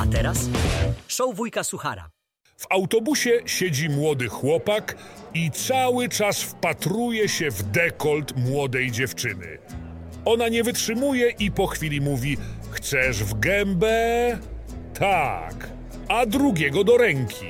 A teraz show wujka Suchara. W autobusie siedzi młody chłopak i cały czas wpatruje się w dekolt młodej dziewczyny. Ona nie wytrzymuje i po chwili mówi: chcesz w gębę? Tak. A drugiego do ręki.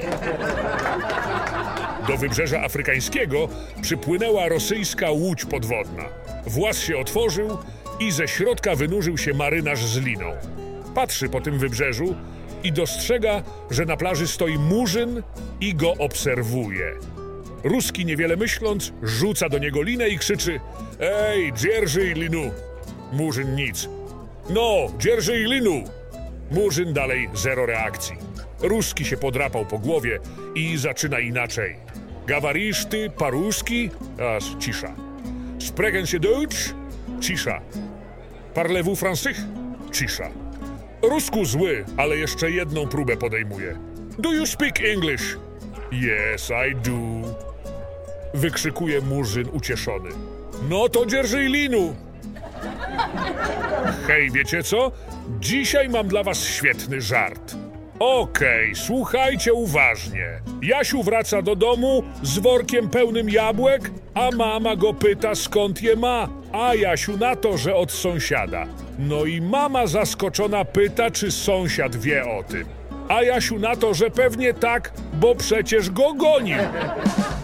Do wybrzeża afrykańskiego przypłynęła rosyjska łódź podwodna. Właz się otworzył i ze środka wynurzył się marynarz z liną. Patrzy po tym wybrzeżu i dostrzega, że na plaży stoi Murzyn i go obserwuje. Ruski, niewiele myśląc, rzuca do niego linę i krzyczy: Ej, dzierżyj linu! Murzyn nic. No, dzierżyj linu! Murzyn dalej zero reakcji. Ruski się podrapał po głowie i zaczyna inaczej. Gawarisz ty paruski? Aż cisza. Sprechen się Deutsch? Cisza. Parlez-vous français? Cisza. Rusku zły, ale jeszcze jedną próbę podejmuje. Do you speak English? Yes, I do. Wykrzykuje Murzyn ucieszony. No to dzierżyj linu! Hej, wiecie co? Dzisiaj mam dla was świetny żart. Okej, słuchajcie uważnie. Jasiu wraca do domu z workiem pełnym jabłek, a mama go pyta, skąd je ma. A Jasiu na to, że od sąsiada. No i mama zaskoczona pyta, czy sąsiad wie o tym. A Jasiu na to, że pewnie tak, bo przecież go gonił.